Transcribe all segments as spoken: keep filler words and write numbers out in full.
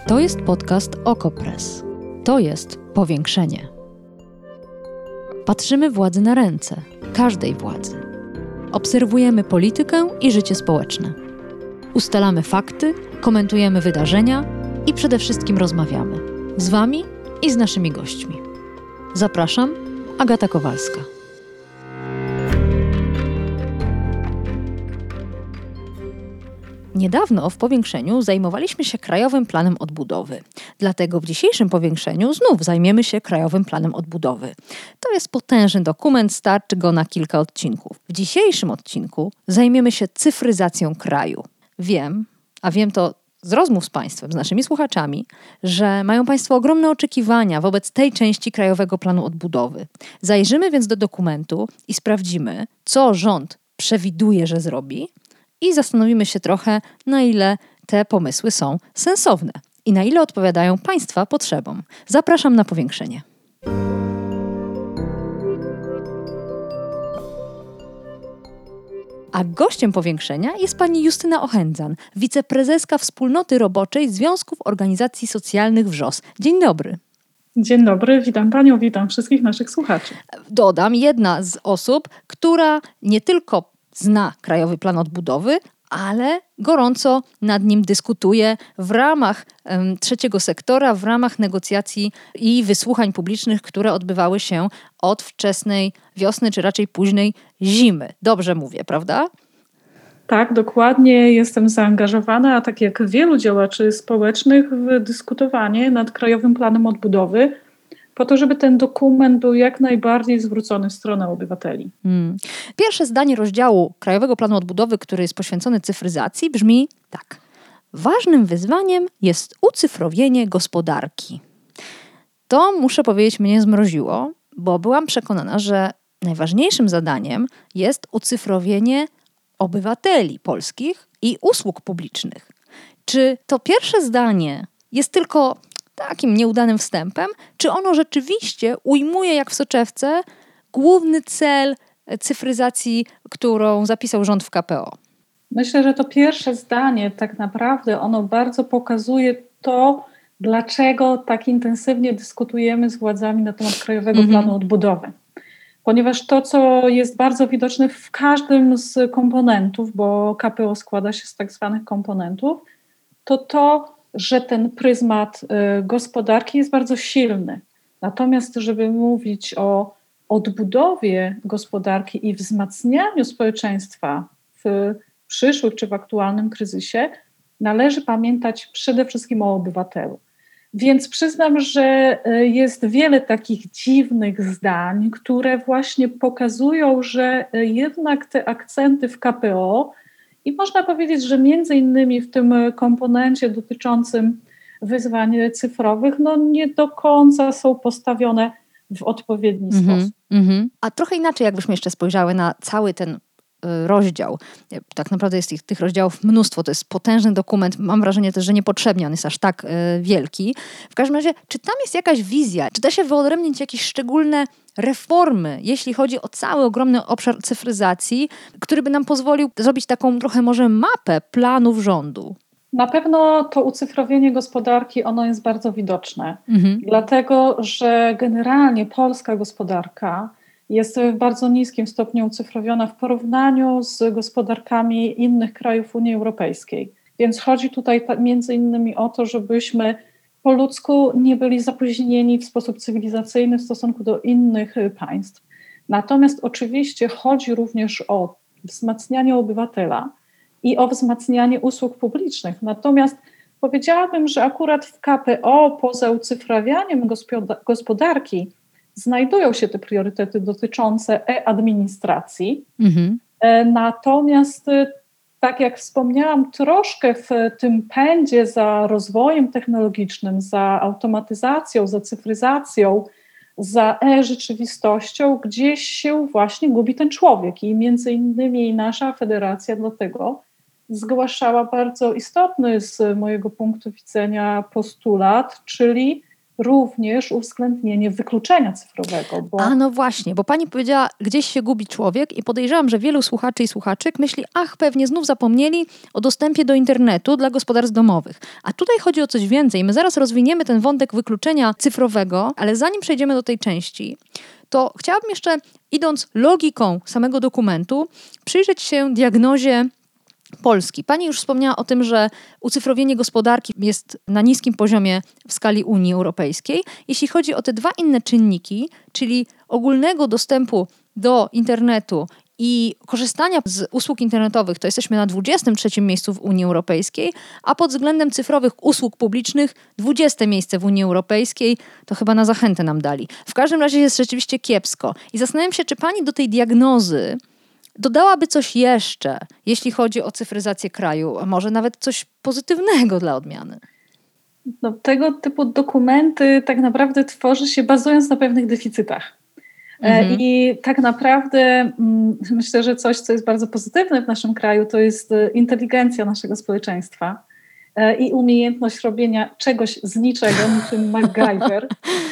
To jest podcast Okopres. To jest powiększenie. Patrzymy władzy na ręce, każdej władzy. Obserwujemy politykę i życie społeczne. Ustalamy fakty, komentujemy wydarzenia i przede wszystkim rozmawiamy. Z Wami i z naszymi gośćmi. Zapraszam, Agata Kowalska. Niedawno w powiększeniu zajmowaliśmy się Krajowym Planem Odbudowy. Dlatego w dzisiejszym powiększeniu znów zajmiemy się Krajowym Planem Odbudowy. To jest potężny dokument, starczy go na kilka odcinków. W dzisiejszym odcinku zajmiemy się cyfryzacją kraju. Wiem, a wiem to z rozmów z Państwem, z naszymi słuchaczami, że mają Państwo ogromne oczekiwania wobec tej części Krajowego Planu Odbudowy. Zajrzymy więc do dokumentu i sprawdzimy, co rząd przewiduje, że zrobi, i zastanowimy się trochę, na ile te pomysły są sensowne i na ile odpowiadają Państwa potrzebom. Zapraszam na powiększenie. A gościem powiększenia jest pani Justyna Ochędzan, wiceprezeska Wspólnoty Roboczej Związków Organizacji Socjalnych WRZOS. Dzień dobry. Dzień dobry, witam Panią, witam wszystkich naszych słuchaczy. Dodam, jedna z osób, która nie tylko zna Krajowy Plan Odbudowy, ale gorąco nad nim dyskutuje w ramach um, trzeciego sektora, w ramach negocjacji i wysłuchań publicznych, które odbywały się od wczesnej wiosny, czy raczej późnej zimy. Dobrze mówię, prawda? Tak, dokładnie. Jestem zaangażowana, a tak jak wielu działaczy społecznych, w dyskutowanie nad Krajowym Planem Odbudowy, po to, żeby ten dokument był jak najbardziej zwrócony w stronę obywateli. Hmm. Pierwsze zdanie rozdziału Krajowego Planu Odbudowy, który jest poświęcony cyfryzacji, brzmi tak. Ważnym wyzwaniem jest ucyfrowienie gospodarki. To, muszę powiedzieć, mnie zmroziło, bo byłam przekonana, że najważniejszym zadaniem jest ucyfrowienie obywateli polskich i usług publicznych. Czy to pierwsze zdanie jest tylko takim nieudanym wstępem, czy ono rzeczywiście ujmuje jak w soczewce główny cel cyfryzacji, którą zapisał rząd w K P O? Myślę, że to pierwsze zdanie tak naprawdę ono bardzo pokazuje to, dlaczego tak intensywnie dyskutujemy z władzami na temat Krajowego mm-hmm. Planu Odbudowy. Ponieważ to, co jest bardzo widoczne w każdym z komponentów, bo K P O składa się z tak zwanych komponentów, to to, że ten pryzmat y, gospodarki jest bardzo silny. Natomiast, żeby mówić o odbudowie gospodarki i wzmacnianiu społeczeństwa w przyszłych czy w aktualnym kryzysie, należy pamiętać przede wszystkim o obywatelu. Więc przyznam, że y, jest wiele takich dziwnych zdań, które właśnie pokazują, że y, jednak te akcenty w K P O i można powiedzieć, że między innymi w tym komponencie dotyczącym wyzwań cyfrowych no nie do końca są postawione w odpowiedni mm-hmm, sposób. Mm-hmm. A trochę inaczej jakbyśmy jeszcze spojrzały na cały ten y, rozdział. Tak naprawdę jest ich, tych rozdziałów mnóstwo. To jest potężny dokument. Mam wrażenie też, że niepotrzebnie on jest aż tak y, wielki. W każdym razie, czy tam jest jakaś wizja? Czy da się wyodrębnić jakieś szczególne reformy, jeśli chodzi o cały ogromny obszar cyfryzacji, który by nam pozwolił zrobić taką trochę może mapę planów rządu? Na pewno to ucyfrowienie gospodarki, ono jest bardzo widoczne, mhm. dlatego że generalnie polska gospodarka jest w bardzo niskim stopniu ucyfrowiona w porównaniu z gospodarkami innych krajów Unii Europejskiej. Więc chodzi tutaj między innymi o to, żebyśmy po ludzku nie byli zapóźnieni w sposób cywilizacyjny w stosunku do innych państw. Natomiast oczywiście chodzi również o wzmacnianie obywatela i o wzmacnianie usług publicznych. Natomiast powiedziałabym, że akurat w K P O poza ucyfrawianiem gospodarki znajdują się te priorytety dotyczące e-administracji. Mhm. Natomiast tak jak wspomniałam, troszkę w tym pędzie za rozwojem technologicznym, za automatyzacją, za cyfryzacją, za e-rzeczywistością gdzieś się właśnie gubi ten człowiek i między innymi nasza federacja dlatego zgłaszała bardzo istotny z mojego punktu widzenia postulat, czyli również uwzględnienie wykluczenia cyfrowego. Bo... A no właśnie, bo pani powiedziała, gdzieś się gubi człowiek i podejrzewam, że wielu słuchaczy i słuchaczek myśli, ach, pewnie znów zapomnieli o dostępie do internetu dla gospodarstw domowych. A tutaj chodzi o coś więcej. My zaraz rozwiniemy ten wątek wykluczenia cyfrowego, ale zanim przejdziemy do tej części, to chciałabym jeszcze, idąc logiką samego dokumentu, przyjrzeć się diagnozie Polski. Pani już wspomniała o tym, że ucyfrowienie gospodarki jest na niskim poziomie w skali Unii Europejskiej. Jeśli chodzi o te dwa inne czynniki, czyli ogólnego dostępu do internetu i korzystania z usług internetowych, to jesteśmy na dwudziestym trzecim miejscu w Unii Europejskiej, a pod względem cyfrowych usług publicznych dwudzieste miejsce w Unii Europejskiej, to chyba na zachętę nam dali. W każdym razie jest rzeczywiście kiepsko. I zastanawiam się, czy pani do tej diagnozy dodałaby coś jeszcze, jeśli chodzi o cyfryzację kraju, a może nawet coś pozytywnego dla odmiany? No, tego typu dokumenty tak naprawdę tworzy się bazując na pewnych deficytach. Mhm. I tak naprawdę myślę, że coś, co jest bardzo pozytywne w naszym kraju, to jest inteligencja naszego społeczeństwa i umiejętność robienia czegoś z niczego, niczym MacGyver.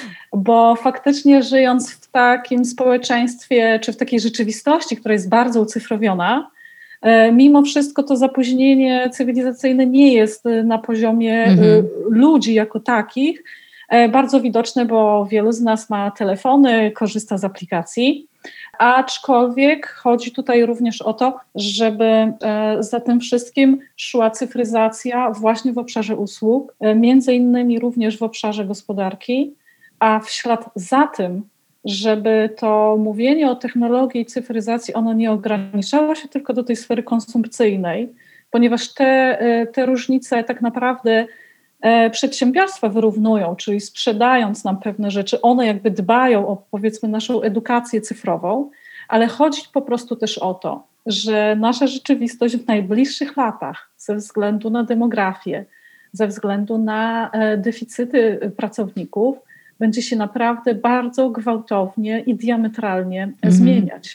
Bo faktycznie żyjąc w takim społeczeństwie, czy w takiej rzeczywistości, która jest bardzo ucyfrowiona, mimo wszystko to zapóźnienie cywilizacyjne nie jest na poziomie mhm. ludzi jako takich bardzo widoczne, bo wielu z nas ma telefony, korzysta z aplikacji, aczkolwiek chodzi tutaj również o to, żeby za tym wszystkim szła cyfryzacja właśnie w obszarze usług, między innymi również w obszarze gospodarki, a w ślad za tym, żeby to mówienie o technologii i cyfryzacji, ono nie ograniczało się tylko do tej sfery konsumpcyjnej, ponieważ te, te różnice tak naprawdę przedsiębiorstwa wyrównują, czyli sprzedając nam pewne rzeczy, one jakby dbają o, powiedzmy, naszą edukację cyfrową, ale chodzi po prostu też o to, że nasza rzeczywistość w najbliższych latach ze względu na demografię, ze względu na deficyty pracowników, będzie się naprawdę bardzo gwałtownie i diametralnie mhm. zmieniać.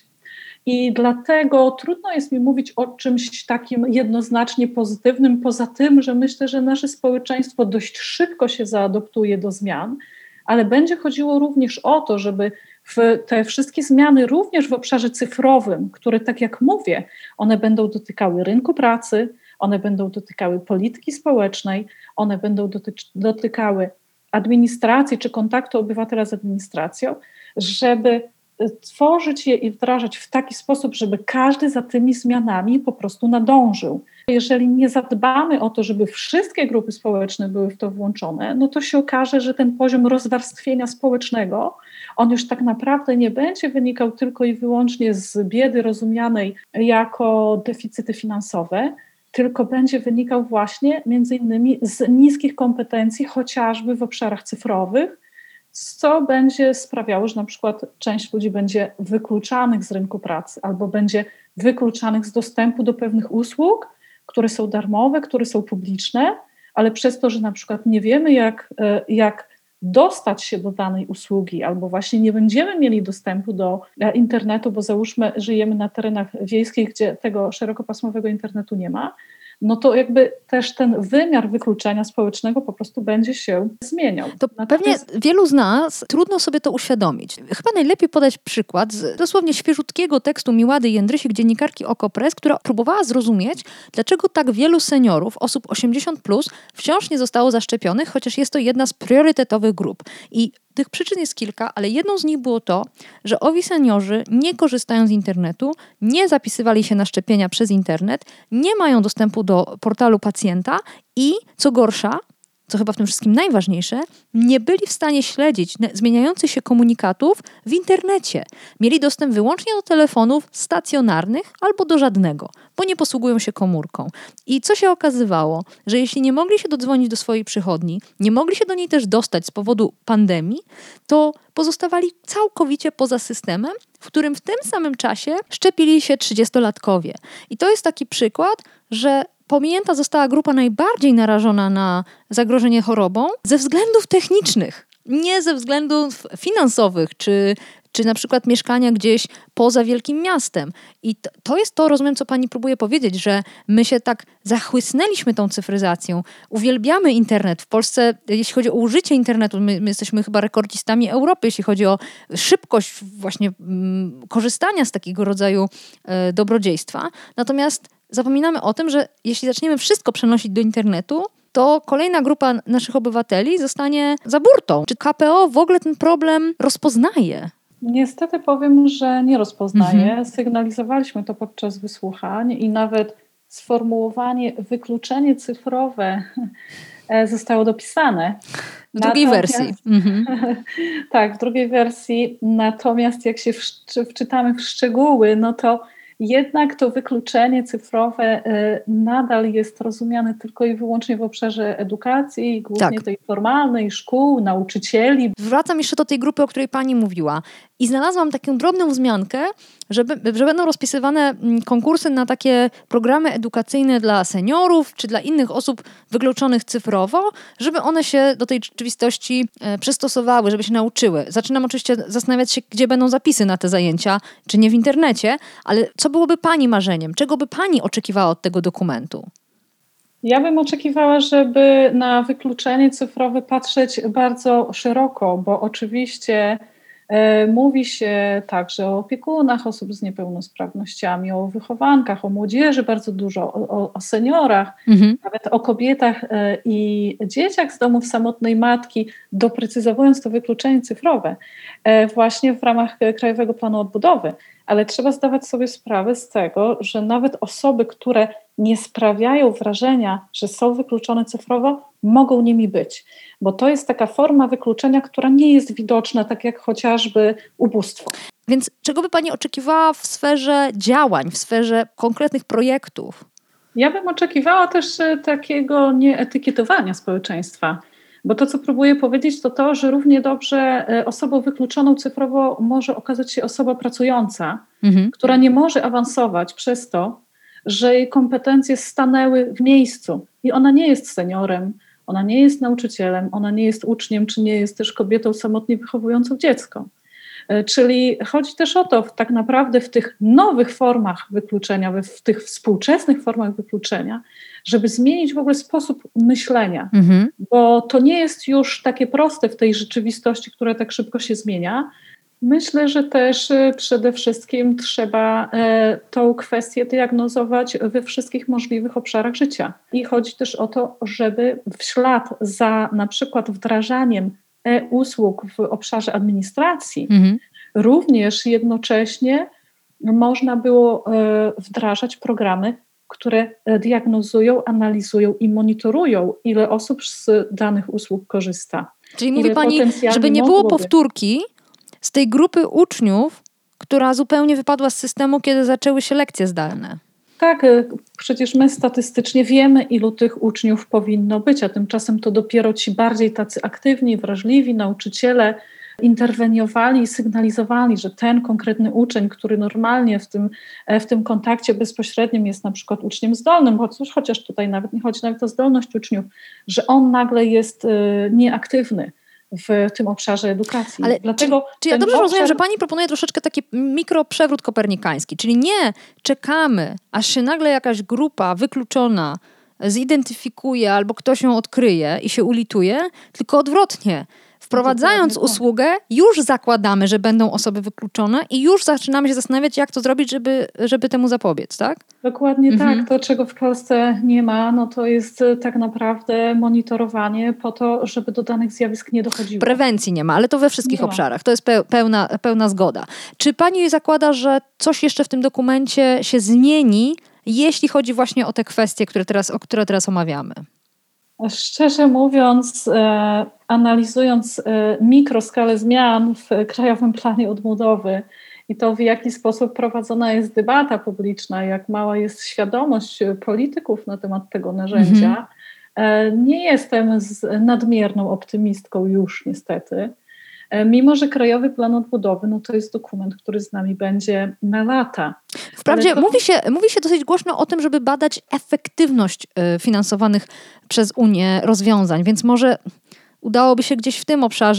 I dlatego trudno jest mi mówić o czymś takim jednoznacznie pozytywnym, poza tym, że myślę, że nasze społeczeństwo dość szybko się zaadoptuje do zmian, ale będzie chodziło również o to, żeby w te wszystkie zmiany również w obszarze cyfrowym, które, tak jak mówię, one będą dotykały rynku pracy, one będą dotykały polityki społecznej, one będą dotyczy, dotykały administracji czy kontaktu obywatela z administracją, żeby tworzyć je i wdrażać w taki sposób, żeby każdy za tymi zmianami po prostu nadążył. Jeżeli nie zadbamy o to, żeby wszystkie grupy społeczne były w to włączone, no to się okaże, że ten poziom rozwarstwienia społecznego, on już tak naprawdę nie będzie wynikał tylko i wyłącznie z biedy rozumianej jako deficyty finansowe, tylko będzie wynikał właśnie między innymi z niskich kompetencji, chociażby w obszarach cyfrowych, co będzie sprawiało, że na przykład część ludzi będzie wykluczanych z rynku pracy albo będzie wykluczanych z dostępu do pewnych usług, które są darmowe, które są publiczne, ale przez to, że na przykład nie wiemy, jak, jak dostać się do danej usługi albo właśnie nie będziemy mieli dostępu do internetu, bo załóżmy, żyjemy na terenach wiejskich, gdzie tego szerokopasmowego internetu nie ma, no to jakby też ten wymiar wykluczenia społecznego po prostu będzie się zmieniał. To Natomiast... pewnie wielu z nas trudno sobie to uświadomić. Chyba najlepiej podać przykład z dosłownie świeżutkiego tekstu Miłady Jędrysik, dziennikarki Okopres, która próbowała zrozumieć, dlaczego tak wielu seniorów, osób osiemdziesiąt plus, wciąż nie zostało zaszczepionych, chociaż jest to jedna z priorytetowych grup. I tych przyczyn jest kilka, ale jedną z nich było to, że owi seniorzy nie korzystają z internetu, nie zapisywali się na szczepienia przez internet, nie mają dostępu do portalu pacjenta i, co gorsza, co chyba w tym wszystkim najważniejsze, nie byli w stanie śledzić zmieniających się komunikatów w internecie. Mieli dostęp wyłącznie do telefonów stacjonarnych albo do żadnego, bo nie posługują się komórką. I co się okazywało? Że jeśli nie mogli się dodzwonić do swojej przychodni, nie mogli się do niej też dostać z powodu pandemii, to pozostawali całkowicie poza systemem, w którym w tym samym czasie szczepili się trzydziestolatkowie. I to jest taki przykład, że pominięta została grupa najbardziej narażona na zagrożenie chorobą ze względów technicznych, nie ze względów finansowych czy, czy na przykład mieszkania gdzieś poza wielkim miastem. I to, to jest to, rozumiem, co pani próbuje powiedzieć, że my się tak zachłysnęliśmy tą cyfryzacją, uwielbiamy internet. W Polsce, jeśli chodzi o użycie internetu, my, my jesteśmy chyba rekordzistami Europy, jeśli chodzi o szybkość właśnie mm, korzystania z takiego rodzaju e, dobrodziejstwa. Natomiast zapominamy o tym, że jeśli zaczniemy wszystko przenosić do internetu, to kolejna grupa naszych obywateli zostanie za burtą. Czy K P O w ogóle ten problem rozpoznaje? Niestety powiem, że nie rozpoznaje. Mhm. Sygnalizowaliśmy to podczas wysłuchań i nawet sformułowanie wykluczenie cyfrowe zostało dopisane. W drugiej Natomiast, wersji. Mhm. Tak, w drugiej wersji. Natomiast jak się wczy, wczytamy w szczegóły, no to jednak to wykluczenie cyfrowe y, nadal jest rozumiane tylko i wyłącznie w obszarze edukacji, głównie Tak. tej formalnej, szkół, nauczycieli. Wracam jeszcze do tej grupy, o której pani mówiła. I znalazłam taką drobną wzmiankę, że, że będą rozpisywane konkursy na takie programy edukacyjne dla seniorów czy dla innych osób wykluczonych cyfrowo, żeby one się do tej rzeczywistości e, przystosowały, żeby się nauczyły. Zaczynam oczywiście zastanawiać się, gdzie będą zapisy na te zajęcia, czy nie w internecie, ale co byłoby pani marzeniem? Czego by pani oczekiwała od tego dokumentu? Ja bym oczekiwała, żeby na wykluczenie cyfrowe patrzeć bardzo szeroko, bo oczywiście e, mówi się także o opiekunach osób z niepełnosprawnościami, o wychowankach, o młodzieży bardzo dużo, o, o seniorach, mhm. nawet o kobietach e, i dzieciach z domów samotnej matki, doprecyzowując to wykluczenie cyfrowe e, właśnie w ramach Krajowego Planu Odbudowy. Ale trzeba zdawać sobie sprawę z tego, że nawet osoby, które nie sprawiają wrażenia, że są wykluczone cyfrowo, mogą nimi być. Bo to jest taka forma wykluczenia, która nie jest widoczna, tak jak chociażby ubóstwo. Więc czego by pani oczekiwała w sferze działań, w sferze konkretnych projektów? Ja bym oczekiwała też takiego nieetykietowania społeczeństwa. Bo to, co próbuję powiedzieć, to to, że równie dobrze osobą wykluczoną cyfrowo może okazać się osoba pracująca, mhm. która nie może awansować przez to, że jej kompetencje stanęły w miejscu. I ona nie jest seniorem, ona nie jest nauczycielem, ona nie jest uczniem, czy nie jest też kobietą samotnie wychowującą dziecko. Czyli chodzi też o to, tak naprawdę w tych nowych formach wykluczenia, w tych współczesnych formach wykluczenia, żeby zmienić w ogóle sposób myślenia, mhm. bo to nie jest już takie proste w tej rzeczywistości, która tak szybko się zmienia. Myślę, że też przede wszystkim trzeba e, tą kwestię diagnozować we wszystkich możliwych obszarach życia. I chodzi też o to, żeby w ślad za na przykład wdrażaniem e-usług w obszarze administracji, mhm. również jednocześnie można było e, wdrażać programy, które diagnozują, analizują i monitorują, ile osób z danych usług korzysta. Czyli mówi pani, żeby nie było powtórki z tej grupy uczniów, która zupełnie wypadła z systemu, kiedy zaczęły się lekcje zdalne. Tak, przecież my statystycznie wiemy, ilu tych uczniów powinno być, a tymczasem to dopiero ci bardziej tacy aktywni, wrażliwi nauczyciele interweniowali i sygnalizowali, że ten konkretny uczeń, który normalnie w tym, w tym kontakcie bezpośrednim jest na przykład uczniem zdolnym, chociaż, chociaż tutaj nawet nie chodzi nawet o zdolność uczniów, że on nagle jest y, nieaktywny w tym obszarze edukacji. Ale Dlatego czy, czy ja dobrze obszar... rozumiem, że pani proponuje troszeczkę taki mikroprzewrót kopernikański, czyli nie czekamy, aż się nagle jakaś grupa wykluczona zidentyfikuje albo ktoś ją odkryje i się ulituje, tylko odwrotnie. Wprowadzając usługę, już zakładamy, że będą osoby wykluczone i już zaczynamy się zastanawiać, jak to zrobić, żeby, żeby temu zapobiec, tak? Dokładnie mhm. tak. To, czego w Polsce nie ma, no to jest tak naprawdę monitorowanie po to, żeby do danych zjawisk nie dochodziło. Prewencji nie ma, ale to we wszystkich obszarach. To jest pełna, pełna zgoda. Czy pani zakłada, że coś jeszcze w tym dokumencie się zmieni, jeśli chodzi właśnie o te kwestie, które teraz, o które teraz omawiamy? Szczerze mówiąc, e, analizując e, mikroskalę zmian w Krajowym Planie Odbudowy i to, w jaki sposób prowadzona jest debata publiczna, jak mała jest świadomość polityków na temat tego narzędzia, mhm. e, nie jestem z nadmierną optymistką już niestety. E, mimo że Krajowy Plan Odbudowy, no to jest dokument, który z nami będzie na lata. Wprawdzie to... mówi, się, mówi się dosyć głośno o tym, żeby badać efektywność y, finansowanych przez Unię rozwiązań, więc może udałoby się gdzieś w tym obszarze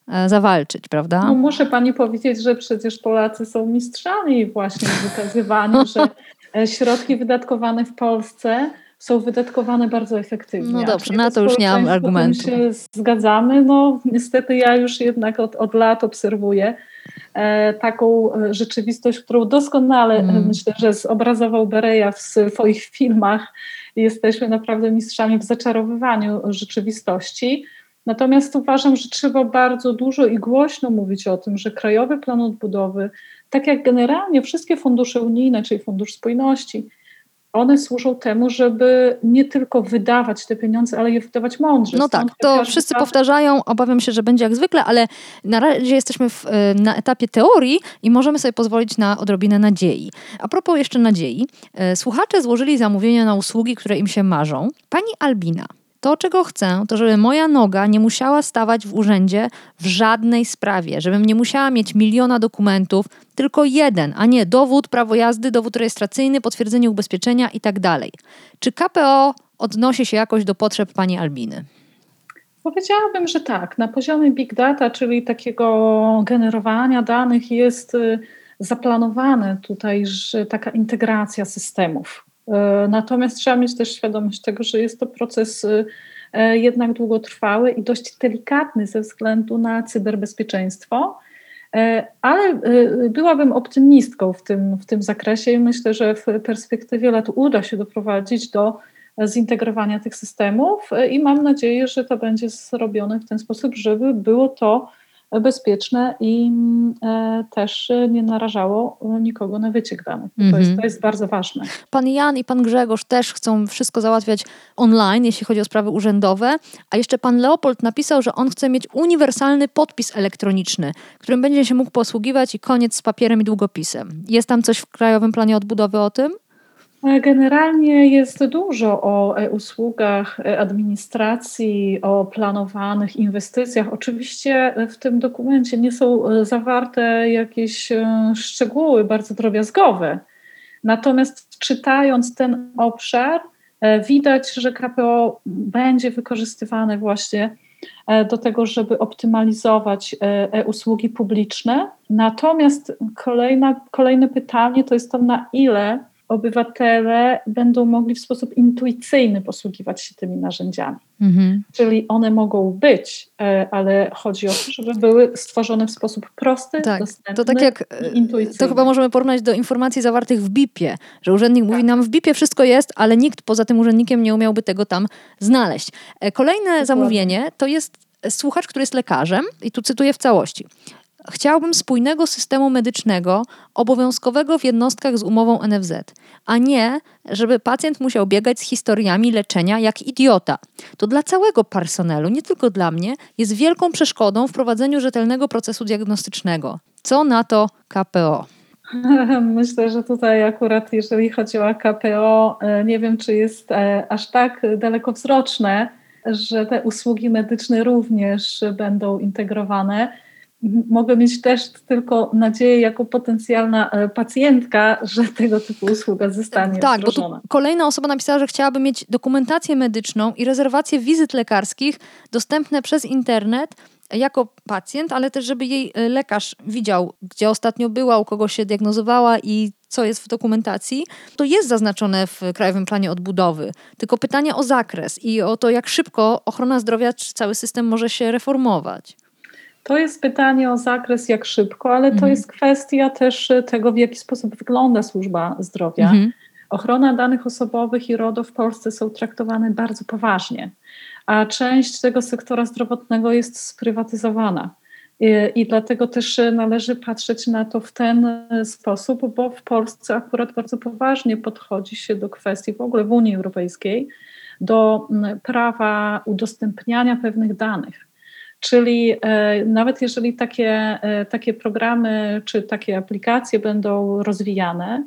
zawalczyć, prawda? No muszę pani powiedzieć, że przecież Polacy są mistrzami właśnie w wykazywaniu, że środki wydatkowane w Polsce są wydatkowane bardzo efektywnie. No dobrze, na to już nie mam argumentu. się zgadzamy. No niestety ja już jednak od, od lat obserwuję e, taką rzeczywistość, którą doskonale hmm. myślę, że zobrazował Bereja w swoich filmach. Jesteśmy naprawdę mistrzami w zaczarowywaniu rzeczywistości. Natomiast uważam, że trzeba bardzo dużo i głośno mówić o tym, że Krajowy Plan Odbudowy, tak jak generalnie wszystkie fundusze unijne, czyli Fundusz Spójności, one służą temu, żeby nie tylko wydawać te pieniądze, ale je wydawać mądrze. No tak, to wszyscy powtarzają, obawiam się, że będzie jak zwykle, ale na razie jesteśmy w, na etapie teorii i możemy sobie pozwolić na odrobinę nadziei. A propos jeszcze nadziei, słuchacze złożyli zamówienia na usługi, które im się marzą. Pani Albina, to, czego chcę, to żeby moja noga nie musiała stawać w urzędzie w żadnej sprawie, żebym nie musiała mieć miliona dokumentów, tylko jeden, a nie dowód, prawo jazdy, dowód rejestracyjny, potwierdzenie ubezpieczenia i tak dalej. Czy K P O odnosi się jakoś do potrzeb pani Albiny? Powiedziałabym, że tak. Na poziomie big data, czyli takiego generowania danych, jest zaplanowane tutaj że taka integracja systemów. Natomiast trzeba mieć też świadomość tego, że jest to proces jednak długotrwały i dość delikatny ze względu na cyberbezpieczeństwo, ale byłabym optymistką w tym, w tym zakresie i myślę, że w perspektywie lat uda się doprowadzić do zintegrowania tych systemów i mam nadzieję, że to będzie zrobione w ten sposób, żeby było to bezpieczne i e, też nie narażało nikogo na wyciek danych. Mm-hmm. To jest, to jest bardzo ważne. Pan Jan i pan Grzegorz też chcą wszystko załatwiać online, jeśli chodzi o sprawy urzędowe, a jeszcze pan Leopold napisał, że on chce mieć uniwersalny podpis elektroniczny, którym będzie się mógł posługiwać i koniec z papierem i długopisem. Jest tam coś w Krajowym Planie Odbudowy o tym? Generalnie jest dużo o usługach administracji, o planowanych inwestycjach. Oczywiście w tym dokumencie nie są zawarte jakieś szczegóły bardzo drobiazgowe. Natomiast czytając ten obszar, widać, że K P O będzie wykorzystywane właśnie do tego, żeby optymalizować e-usługi publiczne. Natomiast kolejna, kolejne pytanie to jest to, na ile obywatele będą mogli w sposób intuicyjny posługiwać się tymi narzędziami. Mhm. Czyli one mogą być, ale chodzi o to, żeby były stworzone w sposób prosty, tak, dostępny to tak jak, i intuicyjny. To chyba możemy porównać do informacji zawartych w B I P-ie, że urzędnik tak. mówi nam w B I P-ie wszystko jest, ale nikt poza tym urzędnikiem nie umiałby tego tam znaleźć. Kolejne Dokładnie. zamówienie to jest słuchacz, który jest lekarzem i tu cytuję w całości. Chciałbym spójnego systemu medycznego, obowiązkowego w jednostkach z umową N F Z, a nie, żeby pacjent musiał biegać z historiami leczenia jak idiota. To dla całego personelu, nie tylko dla mnie, jest wielką przeszkodą w prowadzeniu rzetelnego procesu diagnostycznego. Co na to K P O? Myślę, że tutaj akurat jeżeli chodzi o K P O, nie wiem, czy jest aż tak dalekowzroczne, że te usługi medyczne również będą integrowane. Mogę mieć też tylko nadzieję jako potencjalna pacjentka, że tego typu usługa zostanie tak, wdrożona. Bo tu kolejna osoba napisała, że chciałaby mieć dokumentację medyczną i rezerwację wizyt lekarskich dostępne przez internet jako pacjent, ale też żeby jej lekarz widział, gdzie ostatnio była, u kogo się diagnozowała i co jest w dokumentacji. To jest zaznaczone w Krajowym Planie Odbudowy. Tylko pytanie o zakres i o to, jak szybko ochrona zdrowia czy cały system może się reformować. To jest pytanie o zakres, jak szybko, ale mhm. to jest kwestia też tego, w jaki sposób wygląda służba zdrowia. Mhm. Ochrona danych osobowych i RODO w Polsce są traktowane bardzo poważnie, a część tego sektora zdrowotnego jest sprywatyzowana. I, i dlatego też należy patrzeć na to w ten sposób, bo w Polsce akurat bardzo poważnie podchodzi się do kwestii w ogóle w Unii Europejskiej, do prawa udostępniania pewnych danych. Czyli e, nawet jeżeli takie, e, takie programy czy takie aplikacje będą rozwijane,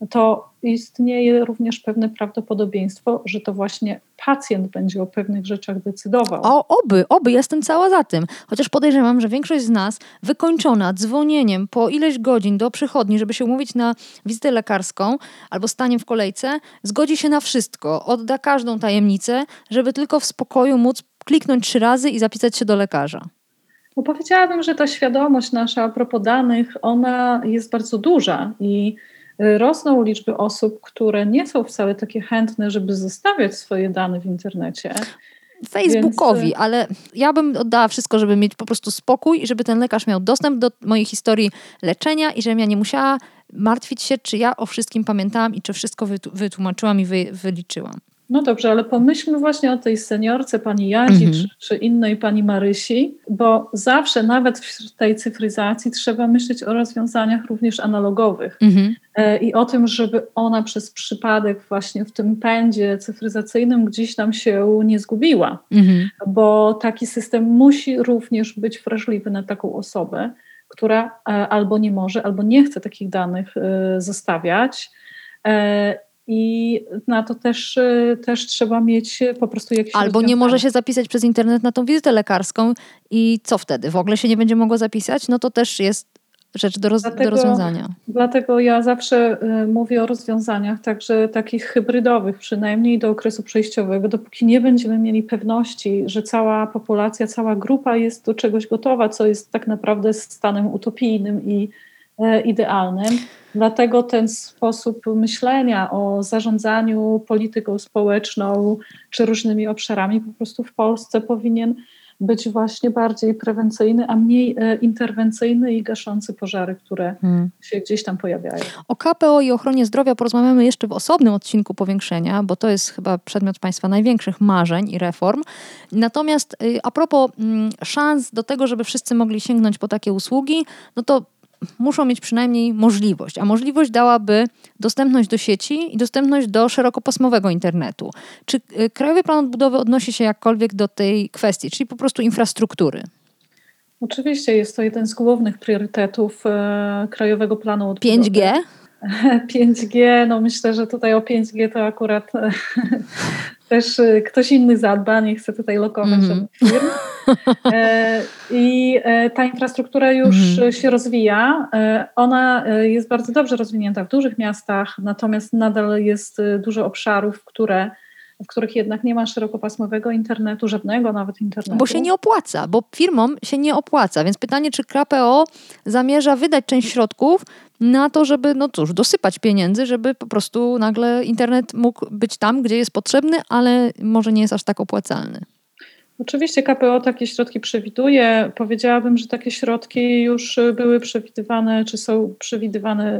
to istnieje również pewne prawdopodobieństwo, że to właśnie pacjent będzie o pewnych rzeczach decydował. O, oby, oby, jestem cała za tym. Chociaż podejrzewam, że większość z nas wykończona dzwonieniem po ileś godzin do przychodni, żeby się umówić na wizytę lekarską albo staniem w kolejce, zgodzi się na wszystko, odda każdą tajemnicę, żeby tylko w spokoju móc kliknąć trzy razy i zapisać się do lekarza. Bo powiedziałabym, że ta świadomość nasza a propos danych, ona jest bardzo duża i rosną liczby osób, które nie są wcale takie chętne, żeby zostawiać swoje dane w internecie. Facebookowi, Więc... ale ja bym oddała wszystko, żeby mieć po prostu spokój i żeby ten lekarz miał dostęp do mojej historii leczenia i żebym ja nie musiała martwić się, czy ja o wszystkim pamiętałam i czy wszystko wytłumaczyłam i wy, wyliczyłam. No dobrze, ale pomyślmy właśnie o tej seniorce, pani Jadzi, mhm. czy, czy innej pani Marysi, bo zawsze, nawet w tej cyfryzacji, trzeba myśleć o rozwiązaniach również analogowych mhm. e, i o tym, żeby ona przez przypadek właśnie w tym pędzie cyfryzacyjnym gdzieś tam się nie zgubiła, mhm. bo taki system musi również być wrażliwy na taką osobę, która e, albo nie może, albo nie chce takich danych e, zostawiać. E, I na to też, też trzeba mieć po prostu jakieś Albo nie może się zapisać przez internet na tą wizytę lekarską i co wtedy? W ogóle się nie będzie mogło zapisać? No to też jest rzecz do, roz, dlatego, do rozwiązania. Dlatego ja zawsze y, mówię o rozwiązaniach także takich hybrydowych, przynajmniej do okresu przejściowego, dopóki nie będziemy mieli pewności, że cała populacja, cała grupa jest do czegoś gotowa, co jest tak naprawdę stanem utopijnym i y, idealnym. Dlatego ten sposób myślenia o zarządzaniu polityką społeczną czy różnymi obszarami po prostu w Polsce powinien być właśnie bardziej prewencyjny, a mniej e, interwencyjny i gaszący pożary, które hmm. się gdzieś tam pojawiają. O K P O i ochronie zdrowia porozmawiamy jeszcze w osobnym odcinku Powiększenia, bo to jest chyba przedmiot Państwa największych marzeń i reform. Natomiast y, a propos y, szans do tego, żeby wszyscy mogli sięgnąć po takie usługi, no to muszą mieć przynajmniej możliwość, a możliwość dałaby dostępność do sieci i dostępność do szerokopasmowego internetu. Czy Krajowy Plan Odbudowy odnosi się jakkolwiek do tej kwestii, czyli po prostu infrastruktury? Oczywiście jest to jeden z głównych priorytetów e, Krajowego Planu Odbudowy. pięć G? pięć G, no myślę, że tutaj o pięć G to akurat e, też e, ktoś inny zadba, nie chcę tutaj lokować mm-hmm. żadnych firm. E, I e, ta infrastruktura już mm-hmm. się rozwija. E, ona jest bardzo dobrze rozwinięta w dużych miastach, natomiast nadal jest dużo obszarów, które w których jednak nie ma szerokopasmowego internetu, żadnego nawet internetu. Bo się nie opłaca, bo firmom się nie opłaca. Więc pytanie, czy K P O zamierza wydać część środków na to, żeby, no cóż, dosypać pieniędzy, żeby po prostu nagle internet mógł być tam, gdzie jest potrzebny, ale może nie jest aż tak opłacalny. Oczywiście K P O takie środki przewiduje. Powiedziałabym, że takie środki już były przewidywane, czy są przewidywane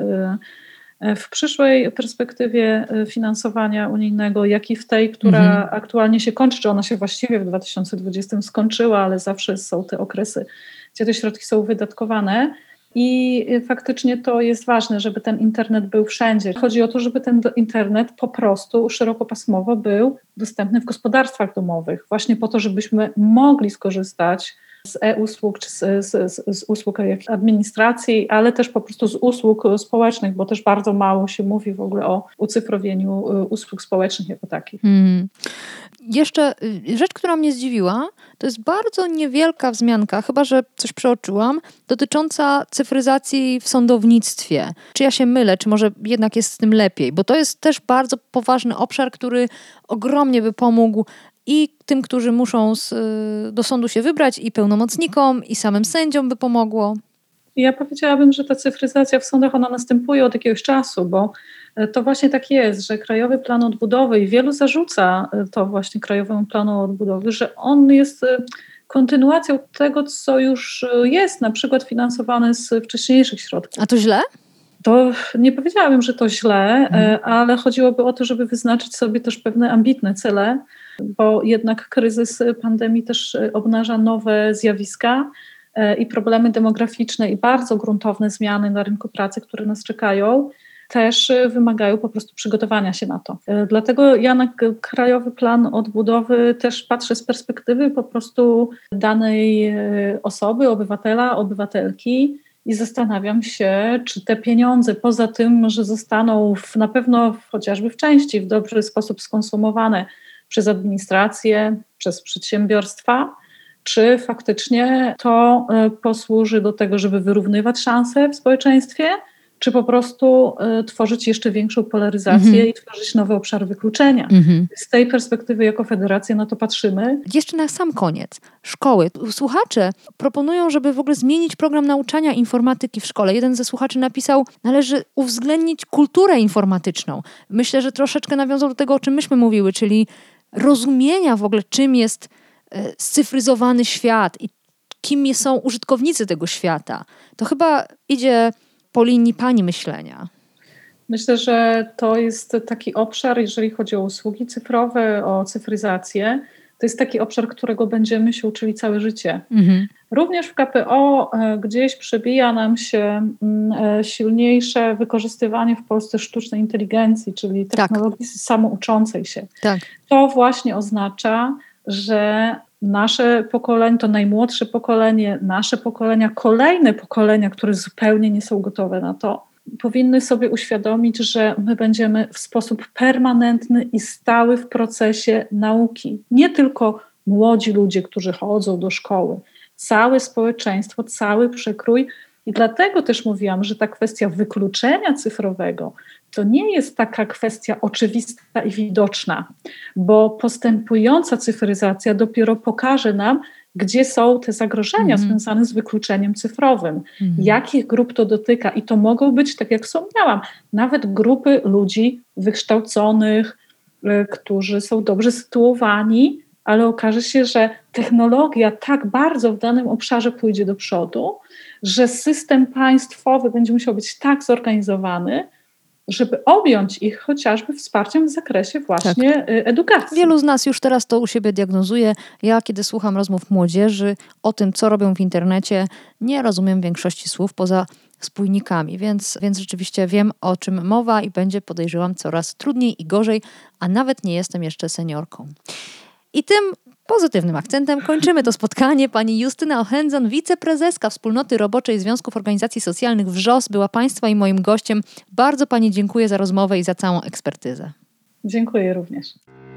w przyszłej perspektywie finansowania unijnego, jak i w tej, która mhm. aktualnie się kończy, czy ona się właściwie w dwa tysiące dwudziestym skończyła, ale zawsze są te okresy, gdzie te środki są wydatkowane. I faktycznie to jest ważne, żeby ten internet był wszędzie. Chodzi o to, żeby ten internet po prostu szerokopasmowo był dostępny w gospodarstwach domowych, właśnie po to, żebyśmy mogli skorzystać z e-usług, czy z, z, z usług administracji, ale też po prostu z usług społecznych, bo też bardzo mało się mówi w ogóle o ucyfrowieniu usług społecznych jako takich. Hmm. Jeszcze rzecz, która mnie zdziwiła, to jest bardzo niewielka wzmianka, chyba że coś przeoczyłam, dotycząca cyfryzacji w sądownictwie. Czy ja się mylę, czy może jednak jest z tym lepiej? Bo to jest też bardzo poważny obszar, który ogromnie by pomógł i tym, którzy muszą z, do sądu się wybrać, i pełnomocnikom, i samym sędziom by pomogło. Ja powiedziałabym, że ta cyfryzacja w sądach, ona następuje od jakiegoś czasu, bo to właśnie tak jest, że Krajowy Plan Odbudowy, i wielu zarzuca to właśnie Krajowemu Planu Odbudowy, że on jest kontynuacją tego, co już jest, na przykład finansowane z wcześniejszych środków. A to źle? To nie powiedziałabym, że to źle, hmm. ale chodziłoby o to, żeby wyznaczyć sobie też pewne ambitne cele, bo jednak kryzys pandemii też obnaża nowe zjawiska i problemy demograficzne i bardzo gruntowne zmiany na rynku pracy, które nas czekają, też wymagają po prostu przygotowania się na to. Dlatego ja na Krajowy Plan Odbudowy też patrzę z perspektywy po prostu danej osoby, obywatela, obywatelki i zastanawiam się, czy te pieniądze poza tym, że zostaną w, na pewno chociażby w części w dobry sposób skonsumowane przez administrację, przez przedsiębiorstwa, czy faktycznie to posłuży do tego, żeby wyrównywać szanse w społeczeństwie, czy po prostu y, tworzyć jeszcze większą polaryzację mhm. i tworzyć nowe obszary wykluczenia. Mhm. Z tej perspektywy jako federacja na to patrzymy. Jeszcze na sam koniec. Szkoły. Słuchacze proponują, żeby w ogóle zmienić program nauczania informatyki w szkole. Jeden ze słuchaczy napisał, należy uwzględnić kulturę informatyczną. Myślę, że troszeczkę nawiązał do tego, o czym myśmy mówiły, czyli rozumienia w ogóle, czym jest e, scyfryzowany świat i kim są użytkownicy tego świata. To chyba idzie po linii pani myślenia. Myślę, że to jest taki obszar, jeżeli chodzi o usługi cyfrowe, o cyfryzację, to jest taki obszar, którego będziemy się uczyli całe życie. Mhm. Również w K P O gdzieś przebija nam się silniejsze wykorzystywanie w Polsce sztucznej inteligencji, czyli technologii tak. samouczącej się. Tak. To właśnie oznacza, że nasze pokolenie, to najmłodsze pokolenie, nasze pokolenia, kolejne pokolenia, które zupełnie nie są gotowe na to, powinny sobie uświadomić, że my będziemy w sposób permanentny i stały w procesie nauki. Nie tylko młodzi ludzie, którzy chodzą do szkoły, całe społeczeństwo, cały przekrój. I dlatego też mówiłam, że ta kwestia wykluczenia cyfrowego to nie jest taka kwestia oczywista i widoczna, bo postępująca cyfryzacja dopiero pokaże nam, gdzie są te zagrożenia mm. związane z wykluczeniem cyfrowym, mm. jakich grup to dotyka. I to mogą być, tak jak wspomniałam, nawet grupy ludzi wykształconych, y, którzy są dobrze sytuowani, ale okaże się, że technologia tak bardzo w danym obszarze pójdzie do przodu, że system państwowy będzie musiał być tak zorganizowany, żeby objąć ich chociażby wsparciem w zakresie właśnie tak. edukacji. Wielu z nas już teraz to u siebie diagnozuje. Ja, kiedy słucham rozmów młodzieży o tym, co robią w internecie, nie rozumiem większości słów poza spójnikami, więc, więc rzeczywiście wiem, o czym mowa i będzie, podejrzewam, coraz trudniej i gorzej, a nawet nie jestem jeszcze seniorką. I tym pozytywnym akcentem kończymy to spotkanie. Pani Justyna Ochędzon, wiceprezeska Wspólnoty Roboczej Związków Organizacji Socjalnych W R Z O S, była Państwa i moim gościem. Bardzo Pani dziękuję za rozmowę i za całą ekspertyzę. Dziękuję również.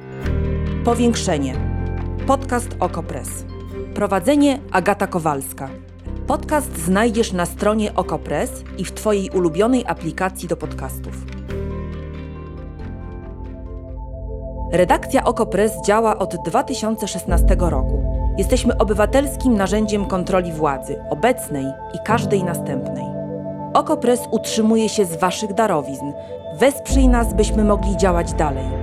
Powiększenie. Podcast Okopres. Prowadzenie Agata Kowalska. Podcast znajdziesz na stronie Okopres i w Twojej ulubionej aplikacji do podcastów. Redakcja Okopres działa od dwa tysiące szesnastego roku. Jesteśmy obywatelskim narzędziem kontroli władzy, obecnej i każdej następnej. Okopres utrzymuje się z Waszych darowizn. Wesprzyj nas, byśmy mogli działać dalej.